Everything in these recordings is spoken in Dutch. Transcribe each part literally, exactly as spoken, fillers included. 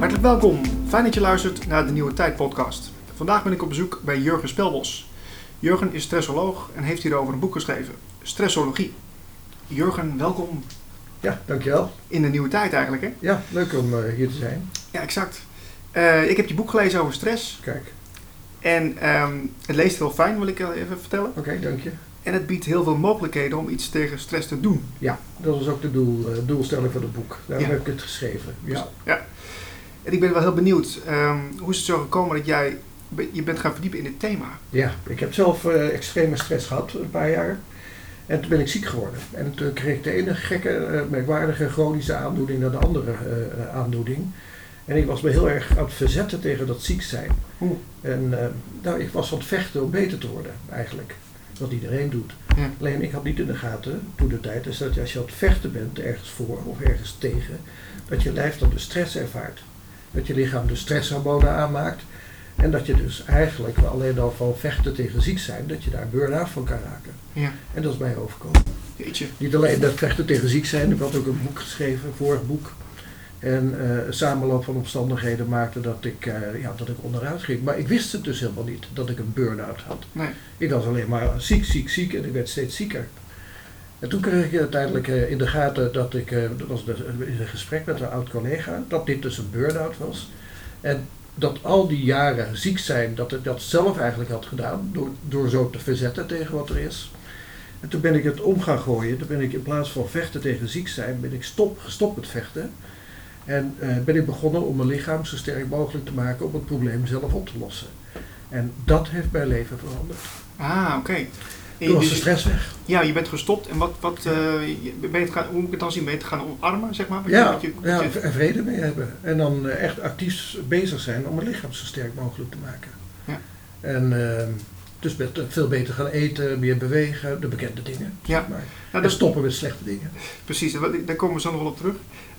Hartelijk welkom. Fijn dat je luistert naar de Nieuwe Tijd podcast. Vandaag ben ik op bezoek bij Jurgen Spelbos. Jurgen is stressoloog en heeft hierover een boek geschreven. Stressologie. Jurgen, welkom. Ja, dankjewel. In de Nieuwe Tijd eigenlijk, hè? Ja, leuk om uh, hier te zijn. Ja, exact. Uh, ik heb je boek gelezen over stress. Kijk. En um, het leest heel fijn, wil ik even vertellen. Oké, okay, dank je. En het biedt heel veel mogelijkheden om iets tegen stress te doen. Ja, dat is ook de doel, uh, doelstelling van het boek. Daarom ja. heb ik het geschreven. Ja. ja. En ik ben wel heel benieuwd. Um, hoe is het zo gekomen dat jij je bent gaan verdiepen in dit thema? Ja, ik heb zelf uh, extreme stress gehad, een paar jaar. En toen ben ik ziek geworden. En toen kreeg ik de ene gekke, uh, merkwaardige chronische aandoening naar de andere uh, aandoening. En ik was me heel erg aan het verzetten tegen dat ziek zijn. Oeh. En uh, nou, ik was aan het vechten om beter te worden, eigenlijk. Wat iedereen doet. Ja. Alleen ik had niet in de gaten, toen de tijd, is dat als je aan het vechten bent ergens voor of ergens tegen, dat je lijf dan de stress ervaart. Dat je lichaam de stresshormonen aanmaakt. En dat je dus eigenlijk alleen al van vechten tegen ziek zijn, dat je daar burn-out van kan raken. Ja. En dat is mij overkomen. Jeetje. Niet alleen dat vechten tegen ziek zijn, ik had ook een boek geschreven, een vorig boek. En uh, een samenloop van omstandigheden maakte dat ik, uh, ja, dat ik onderuit ging. Maar ik wist het dus helemaal niet, dat ik een burn-out had. Nee. Ik was alleen maar ziek, ziek, ziek en ik werd steeds zieker. En toen kreeg ik uiteindelijk uh, in de gaten dat ik, uh, dat was dus in een gesprek met een oud collega, dat dit dus een burn-out was. En dat al die jaren ziek zijn, dat ik dat zelf eigenlijk had gedaan, door, door zo te verzetten tegen wat er is. En toen ben ik het om gaan gooien, toen ben ik in plaats van vechten tegen ziek zijn, ben ik stop, gestopt met vechten. En uh, ben ik begonnen om mijn lichaam zo sterk mogelijk te maken om het probleem zelf op te lossen. En dat heeft mijn leven veranderd. Ah, oké. Okay. Toen was de stress weg. Ja, je bent gestopt en wat, wat uh, ben je het gaan, hoe moet ik het dan zien? Ben je het gaan omarmen, zeg maar? Ja, je, je, ja je... en vrede mee hebben. En dan uh, echt actief bezig zijn om het lichaam zo sterk mogelijk te maken. Ja. En uh, dus met, uh, veel beter gaan eten, meer bewegen, de bekende dingen. Ja. Zeg maar. Nou, en stoppen met slechte dingen. Precies, daar komen we zo nog wel op terug.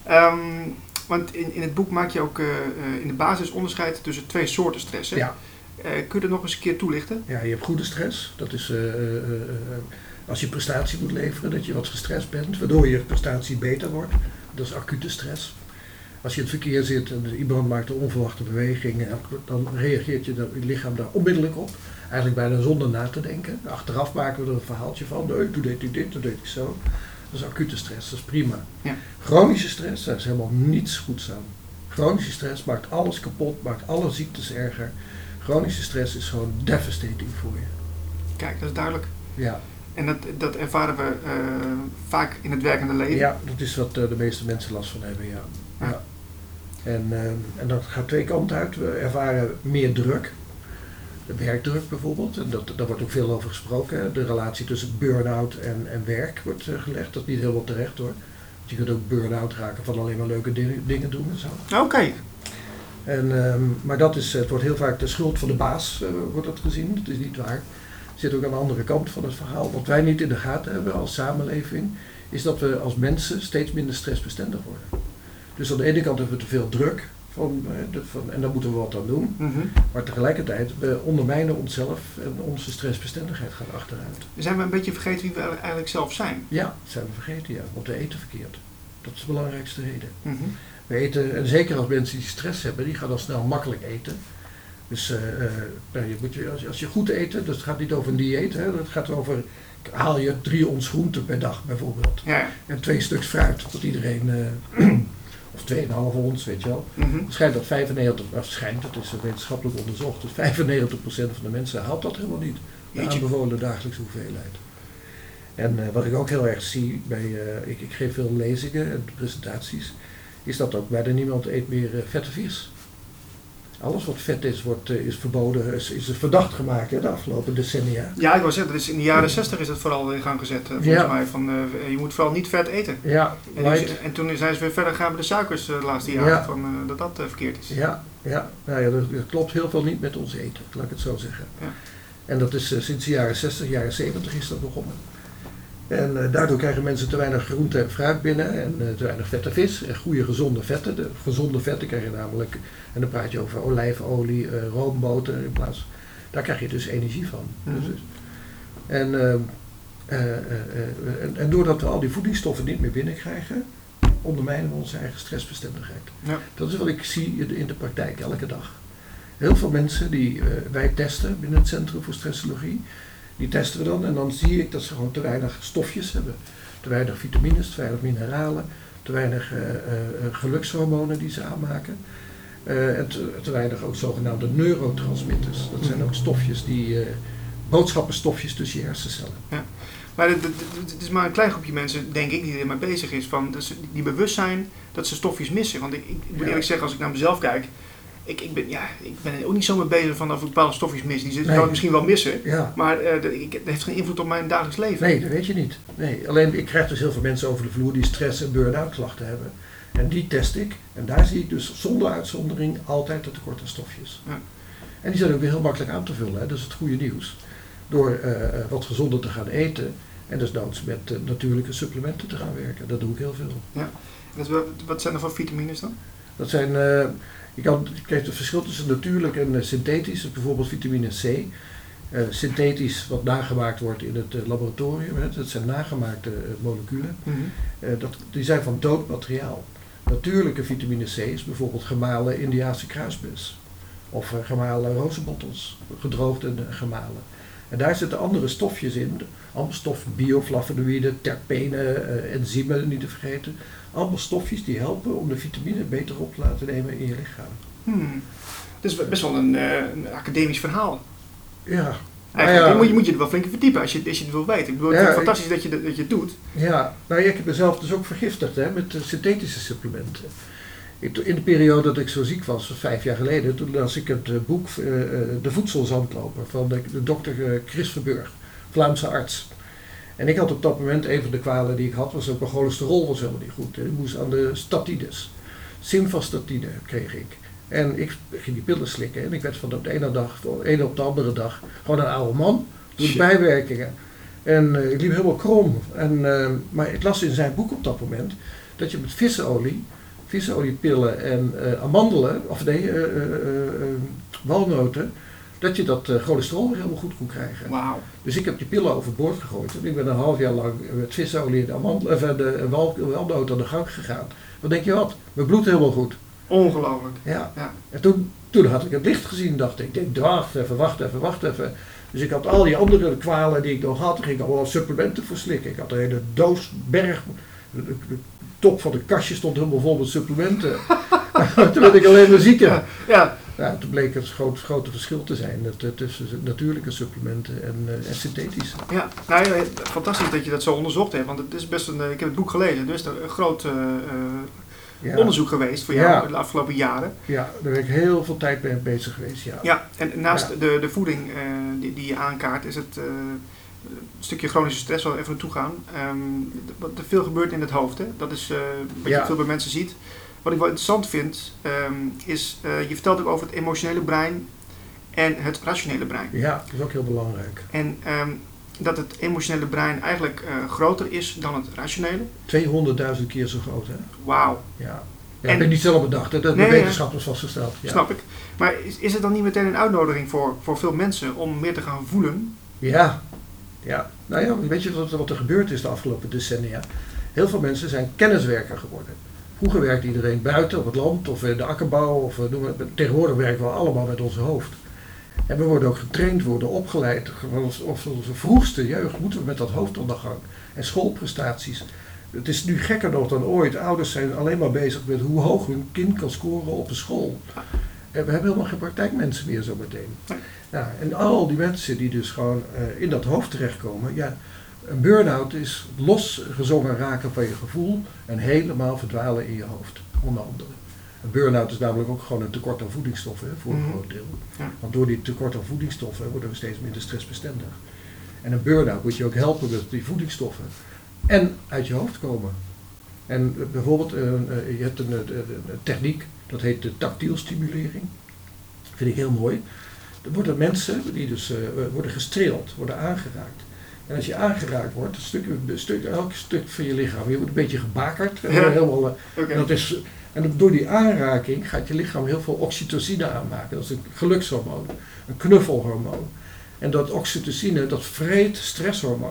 Um, want in, in het boek maak je ook uh, in de basis onderscheid tussen twee soorten stress. Hè? Ja. Uh, kun je dat nog eens een keer toelichten? Ja, je hebt goede stress. Dat is uh, uh, uh, als je prestatie moet leveren, dat je wat gestrest bent, waardoor je prestatie beter wordt. Dat is acute stress. Als je in het verkeer zit en iemand maakt een onverwachte beweging, dan reageert je, je lichaam daar onmiddellijk op. Eigenlijk bijna zonder na te denken. Achteraf maken we er een verhaaltje van. Nee, toen deed ik dit, toen deed ik zo. Dat is acute stress, dat is prima. Ja. Chronische stress, daar is helemaal niets goeds aan. Chronische stress maakt alles kapot, maakt alle ziektes erger. Chronische stress is gewoon devastating voor je. Kijk, dat is duidelijk. Ja. En dat, dat ervaren we uh, vaak in het werkende leven? Ja, dat is wat uh, de meeste mensen last van hebben, ja. ja. ja. En, uh, en dat gaat twee kanten uit. We ervaren meer druk. De werkdruk bijvoorbeeld, en dat, daar wordt ook veel over gesproken. De relatie tussen burn-out en, en werk wordt uh, gelegd. Dat is niet helemaal terecht hoor. Want je kunt ook burn-out raken van alleen maar leuke dingen, dingen doen en zo. Oké. Okay. En, um, maar dat is, het wordt heel vaak de schuld van de baas, uh, wordt dat gezien. Dat is niet waar. Er zit ook aan de andere kant van het verhaal. Wat wij niet in de gaten hebben als samenleving, is dat we als mensen steeds minder stressbestendig worden. Dus aan de ene kant hebben we te veel druk, van, uh, de, van, en daar moeten we wat aan doen. Mm-hmm. Maar tegelijkertijd, we ondermijnen onszelf en onze stressbestendigheid gaat achteruit. Zijn we een beetje vergeten wie we eigenlijk zelf zijn? Ja, dat zijn we vergeten, ja. Want we eten verkeerd. Dat is de belangrijkste reden. Mm-hmm. We eten, en zeker als mensen die stress hebben, die gaan dan snel makkelijk eten. Dus uh, uh, nou, je moet je, als, als je goed eet, dat gaat niet over een dieet, hè, dat gaat over, haal je drie ons groenten per dag bijvoorbeeld. Ja. En twee stuks fruit, dat iedereen, uh, of tweeënhalf ons, weet je wel. Mm-hmm. Het schijnt dat vijfennegentig, of schijnt, dat is wetenschappelijk onderzocht, dus vijfennegentig procent van de mensen haalt dat helemaal niet. De aanbevolen dagelijkse hoeveelheid. En uh, wat ik ook heel erg zie, bij, uh, ik, ik geef veel lezingen en presentaties, is dat ook bijna niemand eet meer uh, vette vis. Alles wat vet is, wordt, uh, is verboden, is, is verdacht gemaakt hè, de afgelopen decennia. Ja, ik wou zeggen, dat is in de jaren zestig is dat vooral in gang gezet, uh, volgens ja. mij. Van, uh, je moet vooral niet vet eten. Ja, en, nu, en toen zijn ze weer verder gegaan met de suikers uh, de laatste jaren, ja. van, uh, dat dat uh, verkeerd is. Ja, ja. Nou ja, dat, dat klopt heel veel niet met ons eten, laat ik het zo zeggen. Ja. En dat is uh, sinds de jaren zestig, jaren zeventig is dat begonnen. En uh, daardoor krijgen mensen te weinig groente en fruit binnen en uh, te weinig vette vis en goede gezonde vetten. De gezonde vetten krijg je namelijk, en dan praat je over olijfolie, uh, roomboter in plaats. Daar krijg je dus energie van. Mm-hmm. Dus, en, uh, uh, uh, uh, en, en doordat we al die voedingsstoffen niet meer binnenkrijgen, ondermijnen we onze eigen stressbestendigheid. Ja. Dat is wat ik zie in de praktijk elke dag. Heel veel mensen die uh, wij testen binnen het Centrum voor Stressologie, die testen we dan en dan zie ik dat ze gewoon te weinig stofjes hebben. Te weinig vitamines, te weinig mineralen, te weinig uh, uh, gelukshormonen die ze aanmaken. Uh, en te, te weinig ook zogenaamde neurotransmitters. Dat zijn ook stofjes die, uh, boodschappenstofjes tussen je hersencellen. Ja. Maar het, het, het is maar een klein groepje mensen, denk ik, die er mee bezig is. Van, dus die bewust zijn dat ze stofjes missen. Want ik, ik moet eerlijk zeggen, als ik naar mezelf kijk, ik, ik, ben, ja, ik ben er ook niet zo mee bezig van of ik bepaalde stofjes mis. Die zou ik misschien wel missen. Ja. Maar uh, dat, ik, dat heeft geen invloed op mijn dagelijks leven. Nee, dat weet je niet. Nee. Alleen ik krijg dus heel veel mensen over de vloer die stress- en burn-out klachten hebben. En die test ik. En daar zie ik dus zonder uitzondering altijd het tekort aan stofjes. Ja. En die zijn ook weer heel makkelijk aan te vullen. Hè. Dat is het goede nieuws. Door uh, wat gezonder te gaan eten. En dus noods met uh, natuurlijke supplementen te gaan werken. Dat doe ik heel veel. Ja. Wat zijn er voor vitamines dan? Dat zijn, uh, je kan, je krijgt het verschil tussen natuurlijk en uh, synthetisch. Dus bijvoorbeeld vitamine C. Uh, synthetisch wat nagemaakt wordt in het uh, laboratorium. Hè. Dat zijn nagemaakte uh, moleculen. Mm-hmm. Uh, dat, die zijn van dood materiaal. Natuurlijke vitamine C is bijvoorbeeld gemalen Indiase kruisbes. Of uh, gemalen rozenbottels. Gedroogd en uh, gemalen. En daar zitten andere stofjes in. Allemaal stoffen, bioflavonoïden, terpenen, uh, enzymen niet te vergeten. Allemaal stofjes die helpen om de vitamine beter op te laten nemen in je lichaam. Hmm. Dat is best wel een, uh, een academisch verhaal. Ja. Eigenlijk ja. moet, je, moet je er wel flink in verdiepen als je, als je het wil weten. Ik bedoel, het ja, is fantastisch ik, dat, je, dat je het doet. Ja, nou ik heb mezelf dus ook vergiftigd hè, met uh, synthetische supplementen. Ik, in de periode dat ik zo ziek was, vijf jaar geleden, toen las ik het uh, boek uh, De Voedselzandloper van de, de dokter uh, Chris Verburg, Vlaamse arts. En ik had op dat moment, een van de kwalen die ik had, was ook mijn cholesterol was helemaal niet goed. Hè. Ik moest aan de statines. Simvastatine kreeg ik. En ik ging die pillen slikken en ik werd van de ene dag, van de ene op de andere dag, gewoon een oude man. Door de bijwerkingen. En uh, ik liep helemaal krom. En, uh, maar ik las in zijn boek op dat moment dat je met vissenolie, visoliepillen en uh, amandelen, of nee, uh, uh, uh, uh, walnoten, dat je dat uh, cholesterol weer helemaal goed kon krijgen. Wow. Dus ik heb die pillen overboord gegooid. En ik ben een half jaar lang met visolie en de, amandel, of de wal, walnoten aan de gang gegaan. Wat denk je wat? Mijn bloed helemaal goed. Ongelooflijk. Ja. ja. En toen, toen had ik het licht gezien, dacht ik, ik denk, wacht even, wacht even, wacht even. Dus ik had al die andere kwalen die ik nog had, ging ik allemaal supplementen voor slikken. Ik had een hele doos, berg, de, de, de top van de kastje stond helemaal vol met supplementen. Toen werd ik alleen maar zieker. Ja, ja. Ja, toen bleek het groot, grote verschil te zijn dat, tussen natuurlijke supplementen en, uh, en synthetische. Ja, nou ja, fantastisch dat je dat zo onderzocht hebt, want het is best een, ik heb het boek gelezen, dus er is een groot uh, ja. onderzoek geweest voor jou ja. de afgelopen jaren. Ja, daar ben ik heel veel tijd mee bezig geweest, ja. Ja, en naast ja. de, de voeding uh, die, die je aankaart, is het uh, een stukje chronische stress waar we even naartoe gaan. Um, wat er veel gebeurt in het hoofd, hè? Dat is uh, wat ja. je veel bij mensen ziet. Wat ik wel interessant vind, um, is, uh, je vertelt ook over het emotionele brein en het rationele brein. Ja, dat is ook heel belangrijk. En um, dat het emotionele brein eigenlijk uh, groter is dan het rationele. tweehonderdduizend keer zo groot, hè? Wauw. Ja. Ja, en, ik ben niet zelf bedacht, hè? Dat nee, de wetenschap is vastgesteld. Ja. Snap ik. Maar is, is het dan niet meteen een uitnodiging voor, voor veel mensen om meer te gaan voelen? Ja. Ja. Nou ja, weet je wat, wat er gebeurd is de afgelopen decennia? Heel veel mensen zijn kenniswerker geworden. Vroeger werkte iedereen buiten op het land of in de akkerbouw. Of, noem maar, tegenwoordig werken we allemaal met ons hoofd. En we worden ook getraind, worden opgeleid. Of onze vroegste jeugd moeten we met dat hoofd aan de gang. En schoolprestaties. Het is nu gekker nog dan ooit. Ouders zijn alleen maar bezig met hoe hoog hun kind kan scoren op een school. En we hebben helemaal geen praktijkmensen meer zo meteen. Ja, en al die mensen die dus gewoon uh, in dat hoofd terechtkomen. Ja, een burn-out is losgezongen raken van je gevoel en helemaal verdwalen in je hoofd, onder andere. Een burn-out is namelijk ook gewoon een tekort aan voedingsstoffen, hè, voor een mm-hmm. groot deel. Ja. Want door die tekort aan voedingsstoffen worden we steeds minder stressbestendig. En een burn-out moet je ook helpen met die voedingsstoffen en uit je hoofd komen. En uh, bijvoorbeeld, uh, uh, je hebt een, uh, een techniek, dat heet de tactiel stimulering. Dat vind ik heel mooi. Er worden mensen die dus uh, worden gestreeld, worden aangeraakt. En als je aangeraakt wordt, een stuk, een stuk, elk stuk van je lichaam, je wordt een beetje gebakerd. En, ja. helemaal, uh, okay. en, dat is, en door die aanraking gaat je lichaam heel veel oxytocine aanmaken. Dat is een gelukshormoon, een knuffelhormoon. En dat oxytocine, dat vreet stresshormonen,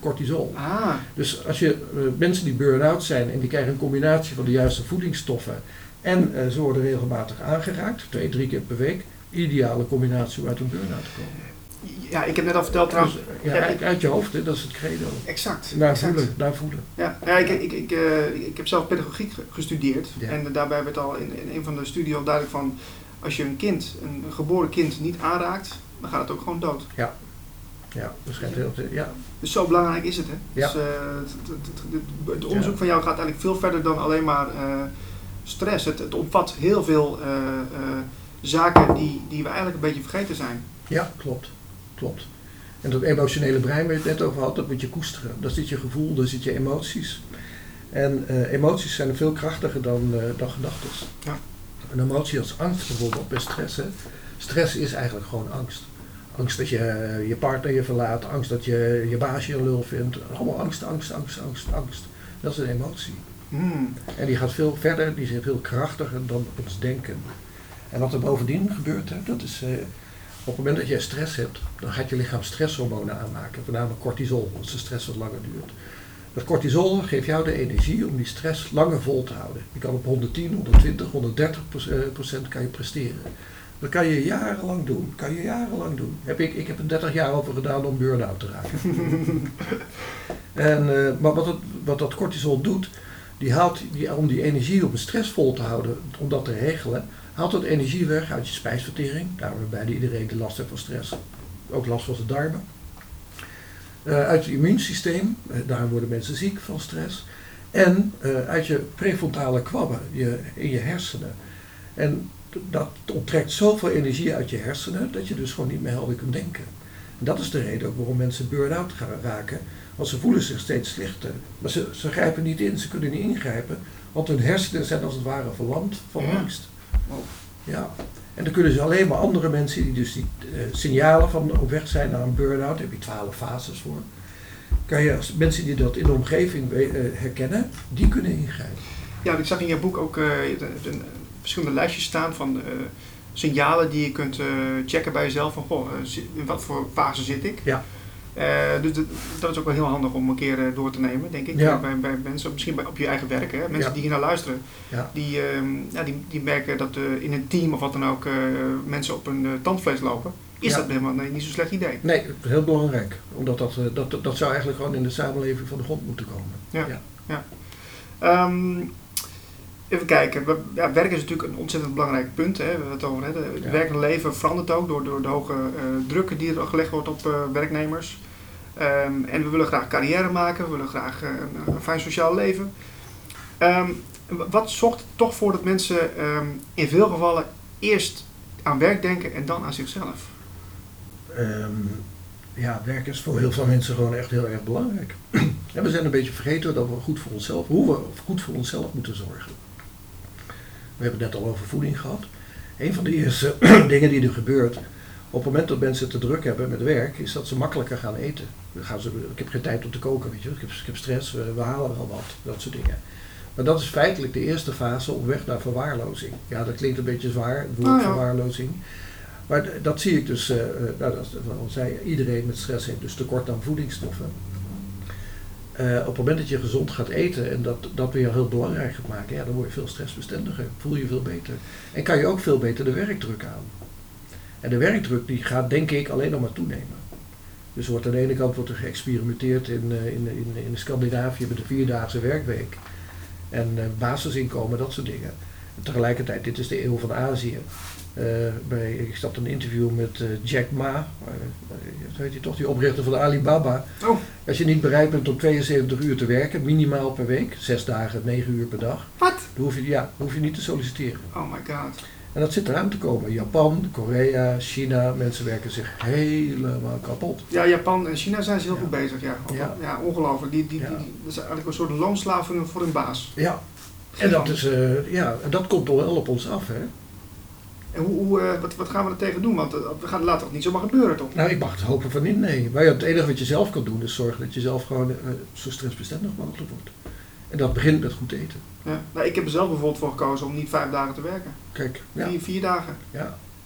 cortisol. Ah, Dus als je uh, mensen die burn-out zijn en die krijgen een combinatie van de juiste voedingsstoffen en uh, ze worden regelmatig aangeraakt, twee, drie keer per week, ideale combinatie om uit een burn-out te komen. ja, ik heb net al verteld trouwens. Dus, ja, ja, uit, uit je hoofd, hè, dat is het credo. Exact. Naar exact. voelen, naar voelen. Ja, ja ik, ik, ik, uh, ik heb zelf pedagogiek gestudeerd. Ja. En daarbij werd al in, in een van de studieën al duidelijk van, als je een kind, een geboren kind niet aanraakt, dan gaat het ook gewoon dood. Ja, ja, dat schijnt heel te, ja. Dus zo belangrijk is het, hè? Ja. Dus, uh, het, het, het, het, het onderzoek Ja. van jou gaat eigenlijk veel verder dan alleen maar uh, stress. Het, het omvat heel veel uh, uh, zaken die, die we eigenlijk een beetje vergeten zijn. Ja, klopt. Klopt. En dat emotionele brein waar je het net over had, dat moet je koesteren. Daar zit je gevoel, daar zit je emoties. En uh, emoties zijn veel krachtiger dan, uh, dan gedachten. Ja. Een emotie als angst bijvoorbeeld bij stress. Hè. Stress is eigenlijk gewoon angst. Angst dat je uh, je partner je verlaat, angst dat je je baas je een lul vindt. Allemaal angst, angst, angst, angst, angst. Dat is een emotie. Hmm. En die gaat veel verder, die is veel krachtiger dan ons denken. En wat er bovendien gebeurt, hè, dat is uh, op het moment dat je stress hebt, dan gaat je lichaam stresshormonen aanmaken, voornamelijk cortisol, als de stress wat langer duurt. Dat cortisol geeft jou de energie om die stress langer vol te houden. Je kan op honderdtien, honderdtwintig, honderddertig procent kan je presteren. Dat kan je jarenlang doen. Kan je jarenlang doen. Heb ik, ik heb er dertig jaar over gedaan om burn-out te raken. en, uh, maar wat, het, wat dat cortisol doet, die haalt die, om die energie om stress vol te houden, om dat te regelen, haalt dat energie weg uit je spijsvertering. Daar waarbij iedereen de last heeft van stress. Ook last van zijn darmen. Uh, uit het immuunsysteem, uh, daar worden mensen ziek van stress. En uh, uit je prefrontale kwabben je, in je hersenen. En dat onttrekt zoveel energie uit je hersenen dat je dus gewoon niet meer helder kunt denken. En dat is de reden ook waarom mensen burn-out gaan raken. Want ze voelen zich steeds slechter. Maar ze, ze grijpen niet in, ze kunnen niet ingrijpen. Want hun hersenen zijn als het ware verlamd van Ja. angst. Ja. En dan kunnen ze alleen maar andere mensen die dus die uh, signalen van op weg zijn naar een burn-out, daar heb je twaalf fases voor. Kan je als mensen die dat in de omgeving uh, herkennen, die kunnen ingrijpen. Ja, ik zag in je boek ook uh, een, verschillende lijstjes staan van uh, signalen die je kunt uh, checken bij jezelf. Van, goh, uh, in wat voor fase zit ik? Ja. Uh, dus dat, dat is ook wel heel handig om een keer uh, door te nemen, denk ik. Ja. Bij, bij mensen, misschien bij, op je eigen werk. Hè? Mensen Ja. die hier naar luisteren, Ja. die, uh, ja, die, die merken dat uh, in een team of wat dan ook uh, mensen op een uh, tandvlees lopen. Is Ja. dat helemaal nee, niet zo'n slecht idee? Nee, dat is heel belangrijk. Omdat dat, uh, dat, dat zou eigenlijk gewoon in de samenleving van de grond moeten komen. Ja. Ja. Ja. Um, even kijken. We, ja, werk is natuurlijk een ontzettend belangrijk punt. Hè, waar we het over hebben. Het Ja. werkende leven verandert ook door, door de hoge uh, druk die er gelegd wordt op uh, werknemers. Um, en we willen graag carrière maken, we willen graag uh, een, een fijn sociaal leven. Um, wat zorgt er toch voor dat mensen um, in veel gevallen eerst aan werk denken en dan aan zichzelf? Um, ja, werk is voor heel veel mensen gewoon echt heel erg belangrijk. En we zijn een beetje vergeten dat we goed voor onszelf, hoe we goed voor onszelf moeten zorgen. We hebben het net al over voeding gehad. Een van de eerste dingen die er gebeurt op het moment dat mensen te druk hebben met werk, is dat ze makkelijker gaan eten. Dan gaan ze, ik heb geen tijd om te koken, weet je, ik heb, ik heb stress, we, we halen er al wat, dat soort dingen. Maar dat is feitelijk de eerste fase op weg naar verwaarlozing. Ja, dat klinkt een beetje zwaar, het woord oh, ja. verwaarlozing. Maar d- dat zie ik dus, uh, nou, dat is, wat zei, iedereen met stress heeft dus tekort aan voedingsstoffen. Uh, op het moment dat je gezond gaat eten en dat, dat weer heel belangrijk gaat maken, ja, dan word je veel stressbestendiger, voel je veel beter. En kan je ook veel beter de werkdruk aan. En de werkdruk die gaat denk ik alleen nog maar toenemen. Dus wordt aan de ene kant wordt er geëxperimenteerd in, uh, in, in, in Scandinavië met de vierdaagse werkweek. En uh, basisinkomen, dat soort dingen. En tegelijkertijd, dit is de eeuw van Azië. Uh, bij, ik zat een interview met uh, Jack Ma, uh, weet je toch, die oprichter van de Alibaba. Oh. Als je niet bereid bent om tweeënzeventig uur te werken, minimaal per week, zes dagen, negen uur per dag, Wat? dan hoef je, ja, dan hoef je niet te solliciteren. Oh my god. En dat zit eraan te komen. Japan, Korea, China, mensen werken zich helemaal kapot. Ja, Japan en China zijn ze heel Ja. goed bezig, ja. Ja. Ja, ongelooflijk. Die, die, Ja. die, die, dat is eigenlijk een soort loonslaving voor hun baas. Ja, en dat, is, uh, ja, en dat komt toch wel op ons af, hè? En hoe, hoe, uh, wat, wat gaan we er tegen doen? Want uh, we gaan laten het niet zomaar gebeuren, toch? Nou, ik mag het hopen van niet, nee. Maar ja, het enige wat je zelf kan doen is zorgen dat je zelf gewoon uh, zo stressbestendig mogelijk wordt. En dat begint met goed eten. Ja. Nou, ik heb er zelf bijvoorbeeld voor gekozen om niet vijf dagen te werken. Kijk, ja, Vier, vier dagen. ja.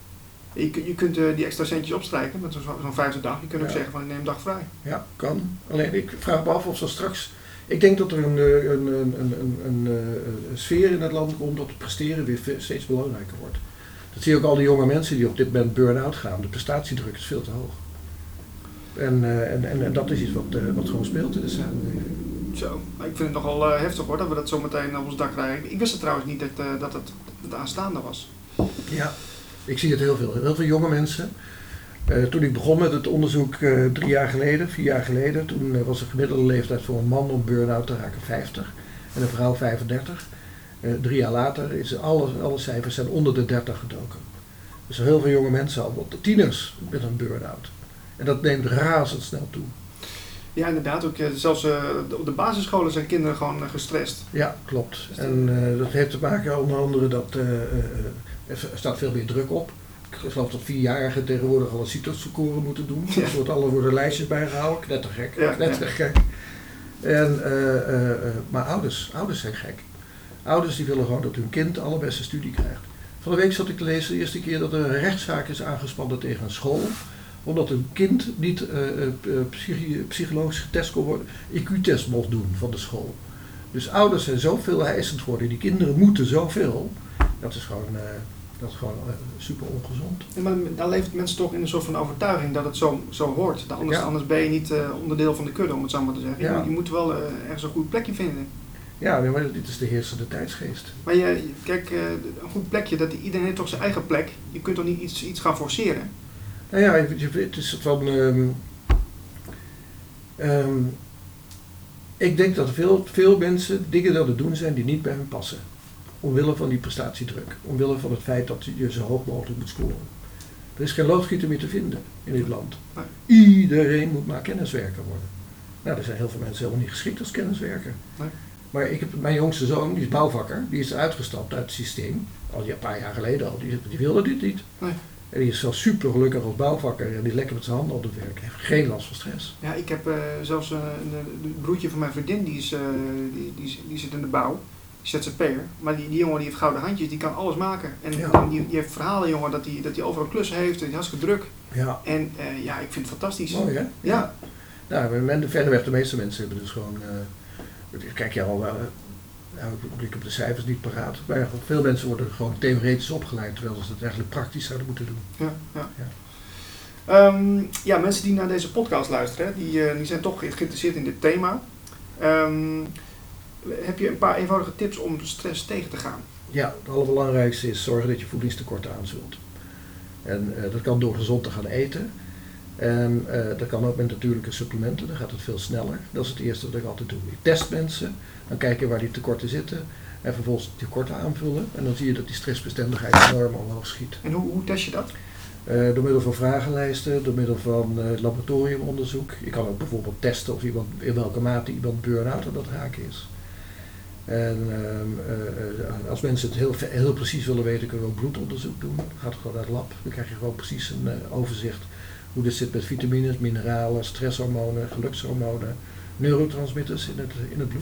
Je, je kunt uh, die extra centjes opstrijken met zo'n zo'n vijfde dag. Je kunt ook ja. zeggen van ik neem een dag vrij. Ja, kan. Alleen ik vraag me af of zo straks... Ik denk dat er een, een, een, een, een, een, een sfeer in het land komt dat het presteren weer steeds belangrijker wordt. Dat zie je ook al die jonge mensen die op dit moment burn-out gaan. De prestatiedruk is veel te hoog. En, uh, en, en, en dat is iets wat, uh, wat gewoon speelt in de samenleving. Zo, ik vind het nogal uh, heftig hoor, dat we dat zo meteen op ons dak krijgen. Ik wist het trouwens niet dat, uh, dat, het, dat het aanstaande was. Ja, ik zie het heel veel. Heel veel jonge mensen. Uh, toen ik begon met het onderzoek uh, drie jaar geleden, vier jaar geleden, toen uh, was de gemiddelde leeftijd voor een man om burn-out te raken vijftig en een vrouw vijfendertig. Uh, drie jaar later is alle, alle cijfers zijn onder de dertig gedoken. Dus er heel veel jonge mensen al, tieners met een burn-out. En dat neemt razendsnel toe. Ja, inderdaad. Ook, zelfs uh, op de basisscholen zijn kinderen gewoon uh, gestrest. Ja, klopt. En uh, dat heeft te maken onder andere dat uh, uh, er staat veel meer druk op. Ik geloof dat vierjarigen tegenwoordig al een CITO-score moeten doen. Ja. Er wordt alle worden lijstjes bijgehouden. Knettergek. Ja, knettergek. Ja. En, uh, uh, uh, maar ouders, ouders zijn gek. Ouders die willen gewoon dat hun kind de allerbeste studie krijgt. Van de week zat ik te lezen de eerste keer dat er een rechtszaak is aangespannen tegen een school. Omdat een kind niet uh, uh, psychi- psychologisch getest kon worden, I Q-test mocht doen van de school. Dus ouders zijn zoveel eisend geworden, die kinderen moeten zoveel. Dat is gewoon, uh, dat is gewoon uh, super ongezond. Ja, maar dan leeft mensen toch in een soort van overtuiging dat het zo, zo hoort. Anders, ja. anders ben je niet uh, onderdeel van de kudde, om het zo maar te zeggen. Ja. Je, je moet wel uh, ergens een goed plekje vinden. Ja, maar dit is de heersende tijdsgeest. Maar je, kijk, uh, een goed plekje, dat iedereen heeft toch zijn eigen plek. Je kunt toch niet iets, iets gaan forceren? Nou ja, het is van... Um, um, ik denk dat veel, veel mensen dingen willen doen zijn die niet bij hen passen. Omwille van die prestatiedruk. Omwille van het feit dat je zo hoog mogelijk moet scoren. Er is geen loodgieter meer te vinden in dit land. Nee. Iedereen moet maar kenniswerker worden. Nou, er zijn heel veel mensen helemaal niet geschikt als kenniswerker. Nee. Maar ik heb mijn jongste zoon, die is bouwvakker, die is uitgestapt uit het systeem. Al een paar jaar geleden al, die, die wilde dit niet. Nee. En die is zelfs super gelukkig als bouwvakker en die is lekker met zijn handen op het werk. Heeft geen last van stress. Ja, ik heb uh, zelfs uh, een, een broertje van mijn vriendin, die, is, uh, die, die, die zit in de bouw, die Z Z P'er. Maar die, die jongen die heeft gouden handjes, die kan alles maken. En ja. die, die heeft verhalen, jongen, dat hij dat die overal klussen heeft, die is hartstikke druk. Ja. En uh, ja, ik vind het fantastisch. Mooi hè? Ja. ja. Nou, verderweg de meeste mensen hebben dus gewoon, uh, kijk je al, uh, nou, ik heb de cijfers niet paraat, maar veel mensen worden gewoon theoretisch opgeleid, terwijl ze het eigenlijk praktisch zouden moeten doen. Ja, ja. Ja. Um, ja, mensen die naar deze podcast luisteren, die, uh, die zijn toch geïnteresseerd in dit thema. Um, heb je een paar eenvoudige tips om stress tegen te gaan? Ja, het allerbelangrijkste is zorgen dat je voedingstekorten aanzult. En uh, dat kan door gezond te gaan eten. En uh, dat kan ook met natuurlijke supplementen, dan gaat het veel sneller. Dat is het eerste wat ik altijd doe. Ik test mensen, dan kijken waar die tekorten zitten en vervolgens die tekorten aanvullen. En dan zie je dat die stressbestendigheid enorm omhoog schiet. En hoe, hoe test je dat? Uh, door middel van vragenlijsten, door middel van uh, laboratoriumonderzoek. Je kan ook bijvoorbeeld testen of iemand, in welke mate iemand burn-out aan dat raken is. En uh, uh, als mensen het heel, heel precies willen weten, kunnen we ook bloedonderzoek doen. Dan gaat het gewoon naar het lab, dan krijg je gewoon precies een uh, overzicht. Hoe dit zit met vitamines, mineralen, stresshormonen, gelukshormonen, neurotransmitters in het, in het bloed.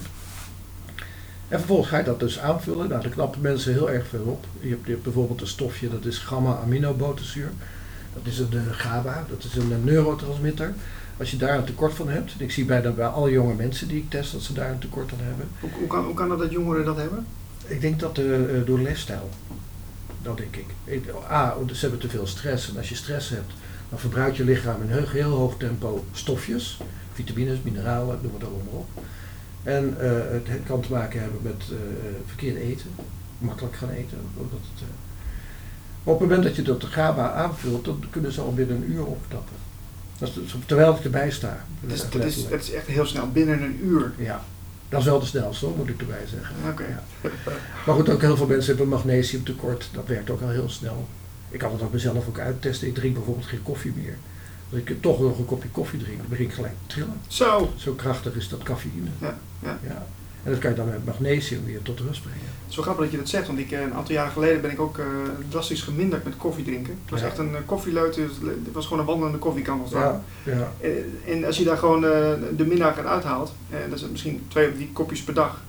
En vervolgens ga je dat dus aanvullen. Nou, daar knappen mensen heel erg veel op. Je hebt, je hebt bijvoorbeeld een stofje, dat is gamma-aminoboterzuur. Dat is een uh, GABA, dat is een uh, neurotransmitter. Als je daar een tekort van hebt, en ik zie bijna bij alle jonge mensen die ik test dat ze daar een tekort aan hebben. Hoe, hoe, kan, hoe kan dat dat jongeren dat hebben? Ik denk dat uh, door de leefstijl. Dat denk ik. A, ze hebben te veel stress en als je stress hebt, dan verbruikt je lichaam in een heel hoog tempo stofjes, vitamines, mineralen, noem het allemaal op. En uh, het kan te maken hebben met uh, verkeerd eten, makkelijk gaan eten. Dat het, uh... Maar op het moment dat je dat GABA aanvult, dan kunnen ze al binnen een uur opknappen. Dat is, terwijl ik erbij sta. Dat is, dat, is, dat is echt heel snel, binnen een uur. Ja, dat is wel de snelste hoor, moet ik erbij zeggen. Okay. Ja. Maar goed, ook heel veel mensen hebben magnesiumtekort, dat werkt ook al heel snel. Ik kan het ook mezelf ook uittesten. Ik drink bijvoorbeeld geen koffie meer. Als ik toch nog een kopje koffie drink, dan begin ik gelijk te trillen. Zo! Zo krachtig is dat cafeïne. Ja, ja. Ja. En dat kan je dan met magnesium weer tot rust brengen. Het is wel grappig dat je dat zegt, want ik, een aantal jaren geleden ben ik ook uh, drastisch geminderd met koffie drinken. Het was ja. echt een uh, koffieleut, het was gewoon een wandelende koffiekant. Ja, ja. En, en als je daar gewoon uh, de middag uit uithaalt, uh, dat is misschien twee of drie kopjes per dag,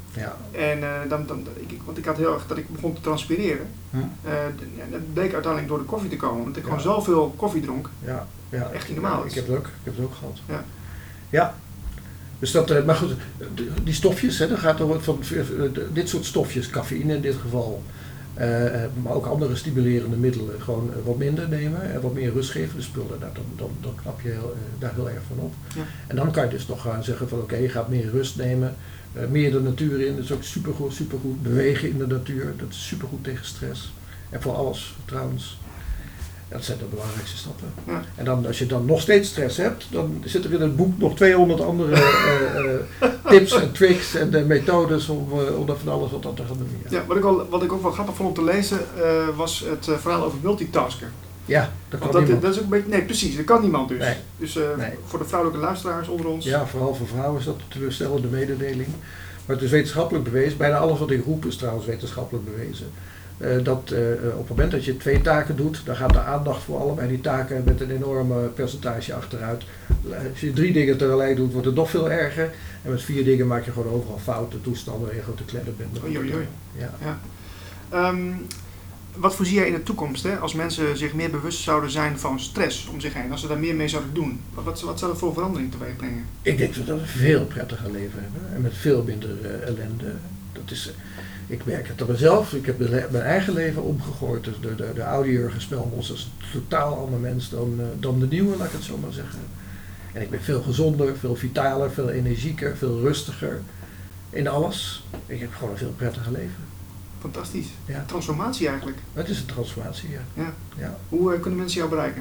Ja. En uh, dan, dan, ik, want ik had heel erg dat ik begon te transpireren. Hm. Uh, ja, dat bleek uiteindelijk door de koffie te komen, want ik ja. gewoon zoveel koffie dronk. Ja, ja. Echt niet normaal. Ik heb het ook, ik heb het ook gehad. Ja. Ja. Dus dat, uh, maar goed, die stofjes, hè, dan gaat er van uh, dit soort stofjes, cafeïne in dit geval, uh, maar ook andere stimulerende middelen, gewoon uh, wat minder nemen en wat meer rustgevende spullen. Nou, dan, dan, dan knap je heel, uh, daar heel erg van op. Ja. En dan kan je dus nog gaan zeggen van oké, okay, je gaat meer rust nemen, uh, meer de natuur in, dat is ook supergoed, supergoed. Bewegen in de natuur, dat is supergoed tegen stress. En voor alles trouwens. Dat zijn de belangrijkste stappen. Ja. En dan, als je dan nog steeds stress hebt, dan zit er in het boek nog tweehonderd andere uh, uh, tips en tricks en uh, methodes om, uh, om dat van alles wat aan te gaan doen. Ja, ja wat, ik al, wat ik ook wel grappig vond om te lezen, uh, was het uh, verhaal over multitasken. Ja, dat kan Want niemand. dat is ook een beetje, nee, precies, dat kan niemand dus. Nee. Dus uh, nee. voor de vrouwelijke luisteraars onder ons. Ja, vooral voor vrouwen is dat een teleurstellende mededeling. Maar het is wetenschappelijk bewezen, bijna alles wat ik roep is trouwens wetenschappelijk bewezen. Uh, dat uh, op het moment dat je twee taken doet, dan gaat de aandacht voor allebei die taken met een enorme percentage achteruit. Als je drie dingen tegelijk doet, wordt het nog veel erger. En met vier dingen maak je gewoon overal foute toestanden waar je gewoon te kledden bent. Oei, oei, oei. Ja. Ja. Um, wat voorzie jij in de toekomst, hè? Als mensen zich meer bewust zouden zijn van stress om zich heen, als ze daar meer mee zouden doen? Wat, wat, wat zou dat voor verandering teweeg brengen? Ik denk dat we een veel prettiger leven hebben en met veel minder uh, ellende. Dat is... Uh, Ik merk het aan mezelf, ik heb mijn eigen leven omgegooid. Dus de, de, de oude Jurgen Spelmos is een totaal ander mens dan, uh, dan de nieuwe, laat ik het zo maar zeggen. En ik ben veel gezonder, veel vitaler, veel energieker, veel rustiger. In alles. Ik heb gewoon een veel prettiger leven. Fantastisch. Ja. Transformatie eigenlijk. Het is een transformatie, ja. Ja. Ja. Hoe uh, kunnen mensen jou bereiken?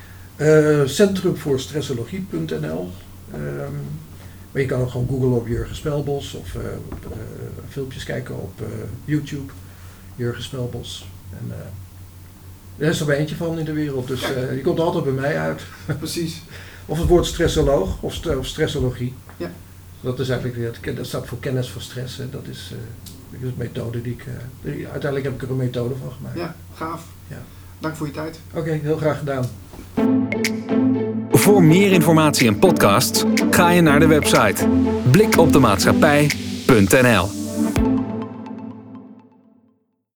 Uh, Centrum voor Stressologie punt n l. Um, Maar je kan ook gewoon googlen op Jurgen Spelbos of uh, uh, filmpjes kijken op uh, YouTube, Jurgen Spelbos. En uh, er is er maar eentje van in de wereld, dus uh, die komt altijd bij mij uit. Precies. Of het woord stressoloog of, st- of stressologie. Ja. Dat is eigenlijk weer, dat staat voor kennis voor stress. Hè. Dat is uh, een methode die ik, uh, uiteindelijk heb ik er een methode van gemaakt. Ja, gaaf. Ja. Dank voor je tijd. Oké, okay, heel graag gedaan. Voor meer informatie en podcasts ga je naar de website blik op de maatschappij punt n l.